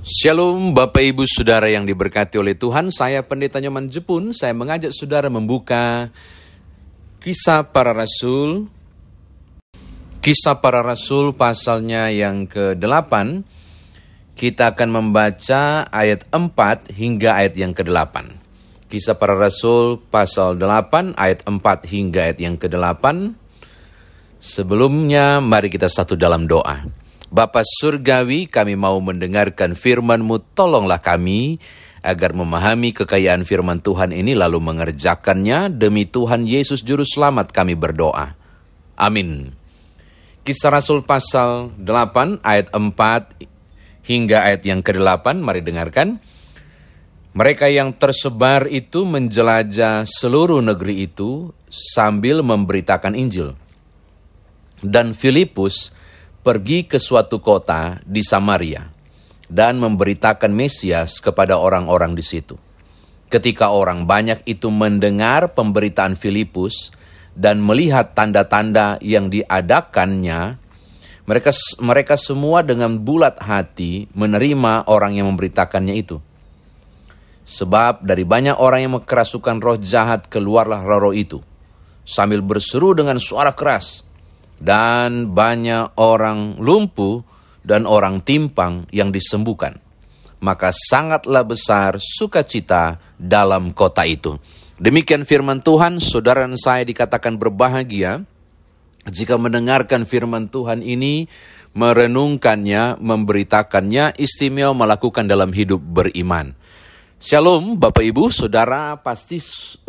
Shalom Bapak Ibu Saudara yang diberkati oleh Tuhan. Saya Pendeta Nyoman Jepun. Saya mengajak saudara membuka Kisah Para Rasul. Kisah Para Rasul pasalnya yang ke-8. Kita akan membaca ayat 4 hingga ayat yang ke-8. Kisah Para Rasul pasal 8 ayat 4 hingga ayat yang ke-8. Sebelumnya mari kita satu dalam doa. Bapa Surgawi, kami mau mendengarkan firman-Mu, tolonglah kami agar memahami kekayaan firman Tuhan ini lalu mengerjakannya. Demi Tuhan Yesus Juru Selamat kami berdoa. Amin. Kisah Rasul pasal 8 ayat 4 hingga ayat yang ke-8, mari dengarkan. Mereka yang tersebar itu menjelajah seluruh negeri itu sambil memberitakan Injil. Dan Filipus pergi ke suatu kota di Samaria dan memberitakan Mesias kepada orang-orang di situ. Ketika orang banyak itu mendengar pemberitaan Filipus dan melihat tanda-tanda yang diadakannya, mereka semua dengan bulat hati menerima orang yang memberitakannya itu. Sebab dari banyak orang yang kerasukan roh jahat keluarlah roh itu, sambil berseru dengan suara keras. Dan banyak orang lumpuh dan orang timpang yang disembuhkan. Maka sangatlah besar sukacita dalam kota itu. Demikian firman Tuhan. Saudara dan saya dikatakan berbahagia jika mendengarkan firman Tuhan ini, merenungkannya, memberitakannya, istimewa melakukan dalam hidup beriman. Shalom Bapak Ibu Saudara, pasti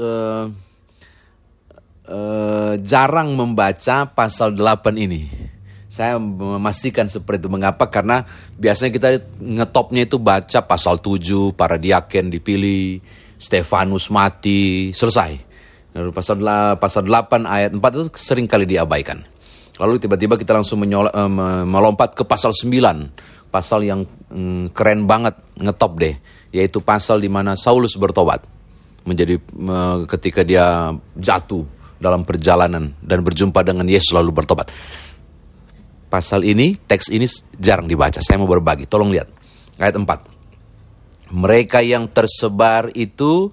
jarang membaca pasal 8 ini. Saya memastikan seperti itu. Mengapa? Karena biasanya kita ngetopnya itu baca pasal 7, para diaken dipilih, Stefanus mati, selesai. Lalu pasal 8 ayat 4 itu sering kali diabaikan. Lalu tiba-tiba kita langsung melompat ke pasal 9. Pasal yang keren banget, ngetop deh. Yaitu pasal di mana Saulus bertobat. Menjadi ketika dia jatuh dalam perjalanan dan berjumpa dengan Yesus lalu bertobat. Pasal ini, teks ini jarang dibaca. Saya mau berbagi, tolong lihat. Ayat 4. Mereka yang tersebar itu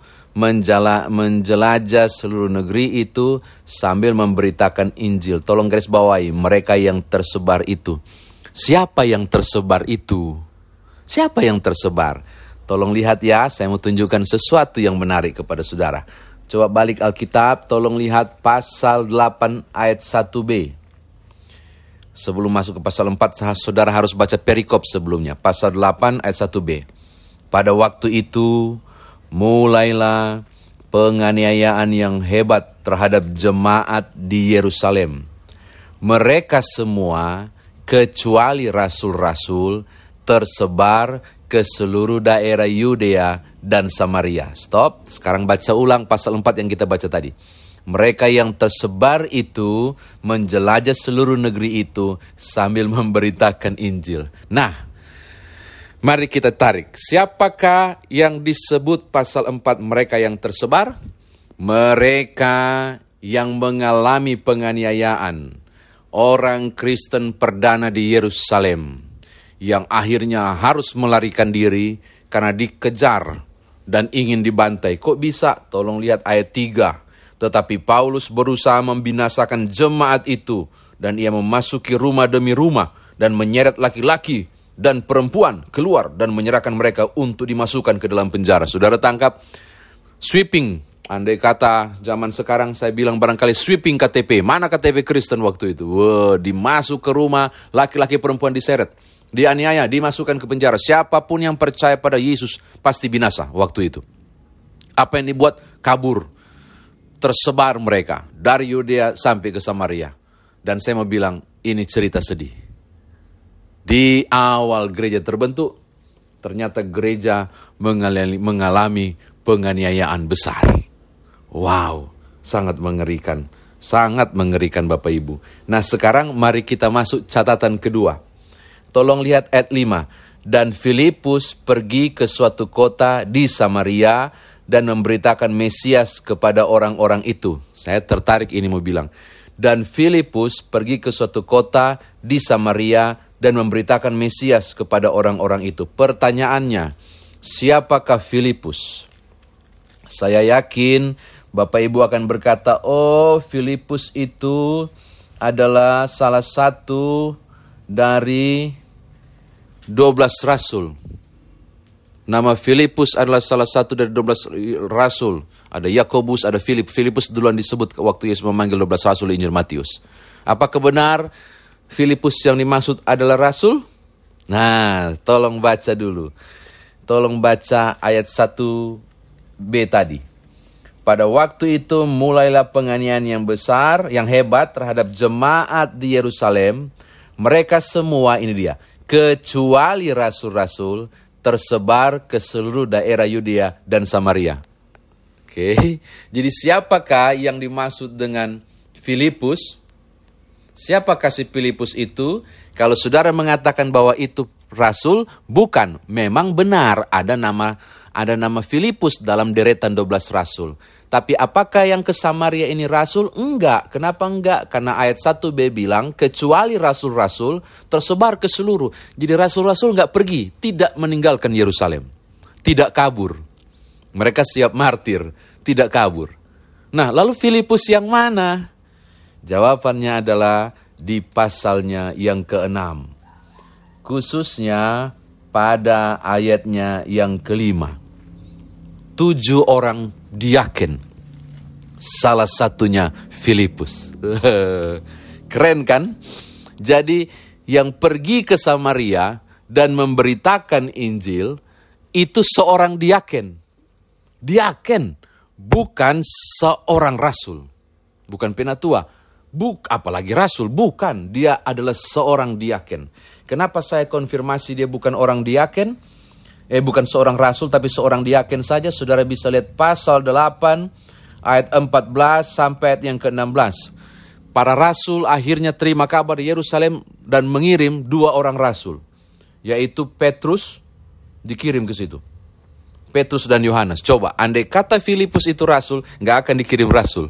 menjelajah seluruh negeri itu sambil memberitakan Injil. Tolong garis bawahi, mereka yang tersebar itu. Siapa yang tersebar itu? Siapa yang tersebar? Tolong lihat ya, saya mau tunjukkan sesuatu yang menarik kepada saudara. Coba balik Alkitab, tolong lihat pasal 8 ayat 1b. Sebelum masuk ke pasal 4, saudara harus baca perikop sebelumnya. Pasal 8 ayat 1b. Pada waktu itu, mulailah penganiayaan yang hebat terhadap jemaat di Yerusalem. Mereka semua, kecuali rasul-rasul, tersebar ke seluruh daerah Yudea dan Samaria. Stop, sekarang baca ulang pasal 4 yang kita baca tadi. Mereka yang tersebar itu menjelajah seluruh negeri itu sambil memberitakan Injil. Nah, mari kita tarik. Siapakah yang disebut pasal 4 mereka yang tersebar? Mereka yang mengalami penganiayaan. Orang Kristen perdana di Yerusalem yang akhirnya harus melarikan diri karena dikejar dan ingin dibantai. Kok bisa? Tolong lihat ayat 3. Tetapi Paulus berusaha membinasakan jemaat itu dan ia memasuki rumah demi rumah dan menyeret laki-laki dan perempuan keluar dan menyerahkan mereka untuk dimasukkan ke dalam penjara. Saudara tangkap, sweeping. Andai kata zaman sekarang saya bilang barangkali sweeping KTP. Mana KTP Kristen waktu itu? Dimasuk ke rumah, laki-laki perempuan diseret. Dianiaya, dimasukkan ke penjara. Siapapun yang percaya pada Yesus pasti binasa waktu itu. Apa yang dibuat? Kabur. Tersebar mereka dari Yudea sampai ke Samaria. Dan saya mau bilang, ini cerita sedih. Di awal gereja terbentuk, ternyata gereja mengalami penganiayaan besar. Wow, sangat mengerikan. Sangat mengerikan Bapak Ibu. Nah sekarang mari kita masuk catatan kedua. Tolong lihat ayat 5. Dan Filipus pergi ke suatu kota di Samaria dan memberitakan Mesias kepada orang-orang itu. Saya tertarik ini mau bilang. Dan Filipus pergi ke suatu kota di Samaria dan memberitakan Mesias kepada orang-orang itu. Pertanyaannya, siapakah Filipus? Saya yakin Bapak Ibu akan berkata, oh Filipus itu adalah salah satu dari 12 rasul. Nama Filipus adalah salah satu dari 12 rasul. Ada Yakobus, ada Filip. Filipus duluan disebut waktu Yesus memanggil 12 rasul di Injil Matius. Apakah benar Filipus yang dimaksud adalah rasul? Nah, tolong baca dulu. Tolong baca ayat 1b tadi. Pada waktu itu mulailah penganiayaan yang besar, yang hebat terhadap jemaat di Yerusalem. Mereka semua, ini dia, kecuali rasul-rasul, tersebar ke seluruh daerah Yudea dan Samaria. Oke, jadi siapakah yang dimaksud dengan Filipus? Siapakah si Filipus itu? Kalau saudara mengatakan bahwa itu rasul, bukan. Memang benar ada nama Filipus dalam deretan 12 rasul. Tapi apakah yang ke Samaria ini rasul? Enggak. Kenapa enggak? Karena ayat 1b bilang, kecuali rasul-rasul tersebar ke seluruh. Jadi rasul-rasul enggak pergi, tidak meninggalkan Yerusalem. Tidak kabur. Mereka siap martir, tidak kabur. Nah, lalu Filipus yang mana? Jawabannya adalah di pasalnya yang ke-6. Khususnya pada ayatnya yang ke-5. 7 orang diaken. Salah satunya Filipus. Keren kan? Jadi yang pergi ke Samaria dan memberitakan Injil itu seorang diaken. Diaken, bukan seorang rasul. Bukan penatua. Apalagi rasul, bukan. Dia adalah seorang diaken. Kenapa saya konfirmasi dia bukan orang diaken? Bukan seorang rasul, tapi seorang diaken saja. Saudara bisa lihat pasal 8, ayat 14 sampai ayat yang ke-16. Para rasul akhirnya terima kabar di Yerusalem dan mengirim 2 orang rasul. Yaitu Petrus, dikirim ke situ. Petrus dan Yohanes. Coba, andai kata Filipus itu rasul, nggak akan dikirim rasul.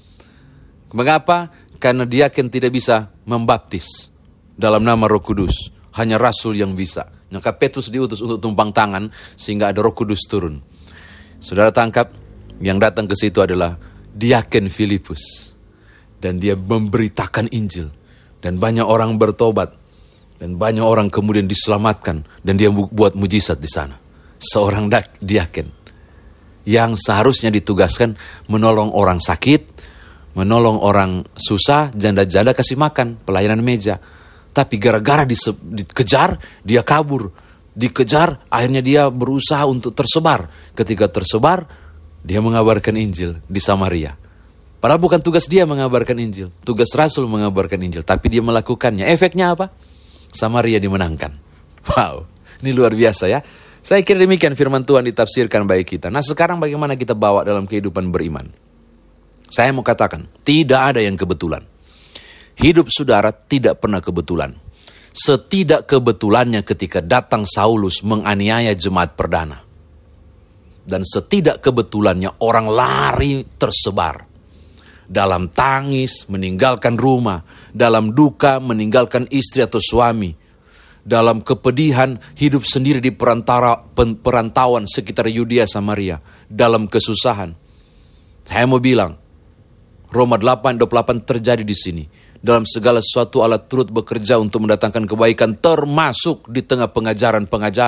Mengapa? Karena diaken tidak bisa membaptis dalam nama Roh Kudus. Hanya rasul yang bisa. Maka Petrus diutus untuk tumpang tangan sehingga ada Roh Kudus turun. Saudara tangkap, yang datang ke situ adalah diaken Filipus. Dan dia memberitakan Injil. Dan banyak orang bertobat. Dan banyak orang kemudian diselamatkan. Dan dia buat mujizat di sana. Seorang diaken yang seharusnya ditugaskan menolong orang sakit, menolong orang susah, janda-janda kasih makan, pelayanan meja. Tapi gara-gara dikejar, dia kabur. Dikejar, akhirnya dia berusaha untuk tersebar. Ketika tersebar, dia mengabarkan Injil di Samaria. Padahal bukan tugas dia mengabarkan Injil. Tugas rasul mengabarkan Injil. Tapi dia melakukannya. Efeknya apa? Samaria dimenangkan. Wow, ini luar biasa ya. Saya kira demikian firman Tuhan ditafsirkan bagi kita. Nah sekarang bagaimana kita bawa dalam kehidupan beriman? Saya mau katakan, tidak ada yang kebetulan. Hidup saudara tidak pernah kebetulan. Setidak kebetulannya ketika datang Saulus menganiaya jemaat perdana. Dan setidak kebetulannya orang lari tersebar. Dalam tangis meninggalkan rumah. Dalam duka meninggalkan istri atau suami. Dalam kepedihan hidup sendiri di perantauan sekitar Yudea Samaria. Dalam kesusahan. Saya mau bilang, Roma 8:28 terjadi di sini. Dalam segala sesuatu Allah turut bekerja untuk mendatangkan kebaikan, termasuk di tengah pengejaran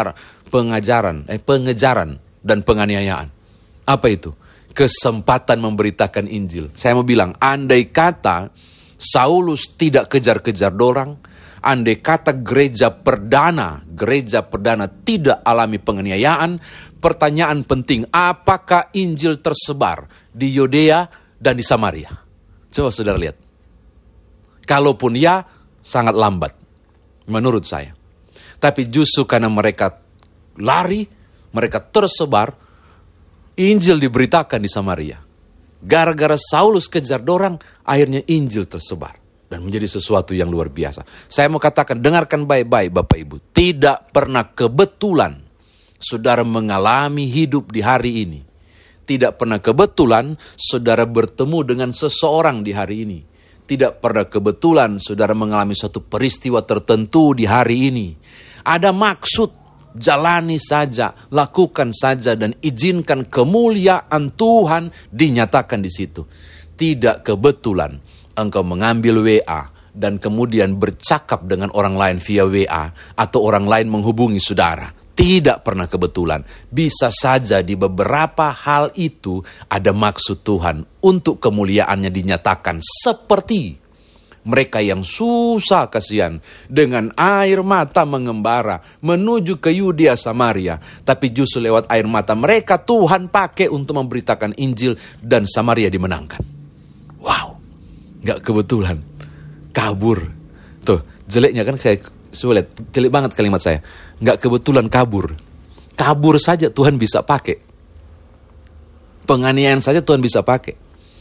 dan penganiayaan. Apa itu? Kesempatan memberitakan Injil. Saya mau bilang, andai kata Saulus tidak kejar-kejar dorang, andai kata gereja perdana tidak alami penganiayaan, pertanyaan penting, apakah Injil tersebar di Yudea dan di Samaria? Coba saudara lihat. Kalaupun ya, sangat lambat. Menurut saya. Tapi justru karena mereka lari, mereka tersebar, Injil diberitakan di Samaria. Gara-gara Saulus kejar dorang, akhirnya Injil tersebar. Dan menjadi sesuatu yang luar biasa. Saya mau katakan, dengarkan baik-baik Bapak Ibu. Tidak pernah kebetulan saudara mengalami hidup di hari ini. Tidak pernah kebetulan saudara bertemu dengan seseorang di hari ini. Tidak pernah kebetulan saudara mengalami suatu peristiwa tertentu di hari ini. Ada maksud. Jalani saja, lakukan saja, dan izinkan kemuliaan Tuhan dinyatakan di situ. Tidak kebetulan engkau mengambil WA dan kemudian bercakap dengan orang lain via WA atau orang lain menghubungi saudara. Tidak pernah kebetulan. Bisa saja di beberapa hal itu ada maksud Tuhan untuk kemuliaannya dinyatakan, seperti mereka yang susah kasihan dengan air mata mengembara menuju ke Yudea Samaria. Tapi justru lewat air mata mereka Tuhan pakai untuk memberitakan Injil dan Samaria dimenangkan. Wow, gak kebetulan. Kabur. Tuh, jeleknya kan saya sulit. Jelek banget kalimat saya. Gak kebetulan kabur. Kabur saja Tuhan bisa pakai. Penganiayaan saja Tuhan bisa pakai.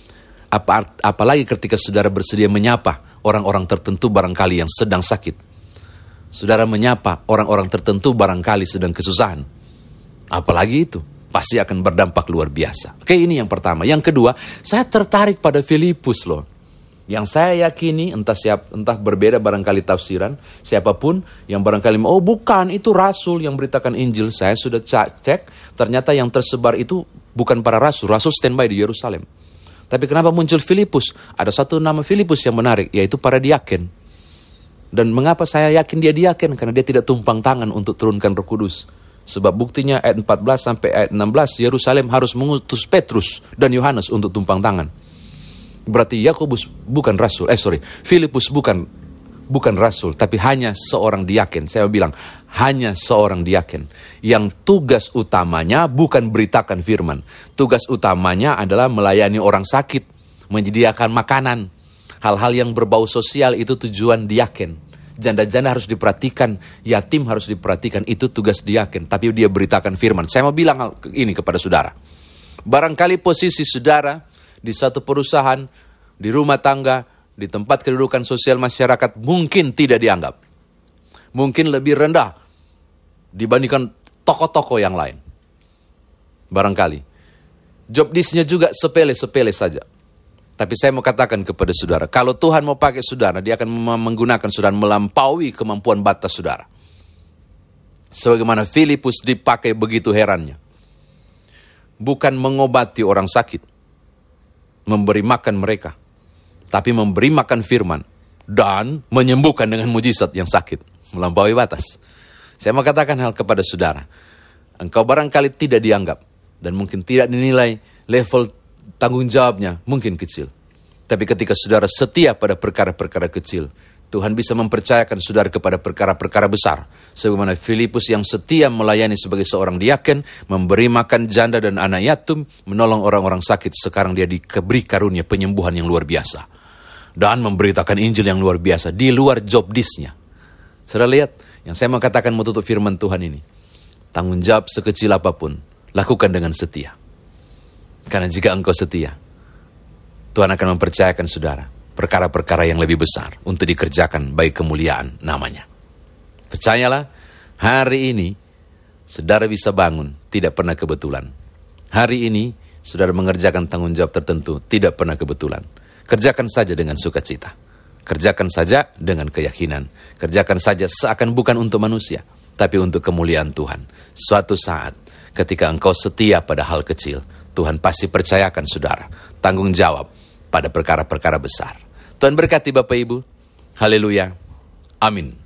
Apalagi ketika saudara bersedia menyapa orang-orang tertentu barangkali yang sedang sakit. Saudara menyapa orang-orang tertentu barangkali sedang kesusahan. Apalagi itu, pasti akan berdampak luar biasa. Oke, ini yang pertama. Yang kedua, saya tertarik pada Filipus loh. Yang saya yakini, entah berbeda barangkali tafsiran, siapapun yang barangkali, oh bukan, itu rasul yang beritakan Injil. Saya sudah cek, ternyata yang tersebar itu bukan para rasul. Rasul standby di Yerusalem. Tapi kenapa muncul Filipus? Ada satu nama Filipus yang menarik, yaitu para diaken. Dan mengapa saya yakin dia diaken? Karena dia tidak tumpang tangan untuk turunkan Roh Kudus. Sebab buktinya ayat 14 sampai ayat 16, Yerusalem harus mengutus Petrus dan Yohanes untuk tumpang tangan. Berarti Yakobus bukan rasul. Filipus bukan rasul, tapi hanya seorang diaken. Saya bilang, hanya seorang diaken. Yang tugas utamanya bukan beritakan firman. Tugas utamanya adalah melayani orang sakit, menyediakan makanan. Hal-hal yang berbau sosial itu tujuan diaken. Janda-janda harus diperhatikan, yatim harus diperhatikan, itu tugas diaken. Tapi dia beritakan firman. Saya mau bilang hal ini kepada saudara. Barangkali posisi saudara di satu perusahaan, di rumah tangga, di tempat kedudukan sosial masyarakat mungkin tidak dianggap. Mungkin lebih rendah dibandingkan tokoh-tokoh yang lain. Barangkali. Job desk-nya juga sepele-sepele saja. Tapi saya mau katakan kepada saudara, kalau Tuhan mau pakai saudara, dia akan menggunakan saudara melampaui kemampuan batas saudara. Sebagaimana Filipus dipakai begitu herannya. Bukan mengobati orang sakit, memberi makan mereka, tapi memberi makan firman dan menyembuhkan dengan mujizat yang sakit, melampaui batas. Saya mau katakan hal kepada saudara. Engkau barangkali tidak dianggap dan mungkin tidak dinilai, level tanggung jawabnya mungkin kecil. Tapi ketika saudara setia pada perkara-perkara kecil, Tuhan bisa mempercayakan saudara kepada perkara-perkara besar. Sebagaimana Filipus yang setia melayani sebagai seorang diaken, memberi makan janda dan anak yatim, menolong orang-orang sakit. Sekarang dia diberi karunia penyembuhan yang luar biasa. Dan memberitakan Injil yang luar biasa di luar job desk-nya. Saudara lihat, yang saya mau katakan mau tutup firman Tuhan ini. Tanggung jawab sekecil apapun, lakukan dengan setia. Karena jika engkau setia, Tuhan akan mempercayakan saudara perkara-perkara yang lebih besar untuk dikerjakan bagi kemuliaan namanya. Percayalah, hari ini saudara bisa bangun, tidak pernah kebetulan. Hari ini saudara mengerjakan tanggung jawab tertentu, tidak pernah kebetulan. Kerjakan saja dengan sukacita. Kerjakan saja dengan keyakinan. Kerjakan saja seakan bukan untuk manusia, tapi untuk kemuliaan Tuhan. Suatu saat ketika engkau setia pada hal kecil, Tuhan pasti percayakan saudara tanggung jawab pada perkara-perkara besar. Tuhan berkati Bapak Ibu. Haleluya. Amin.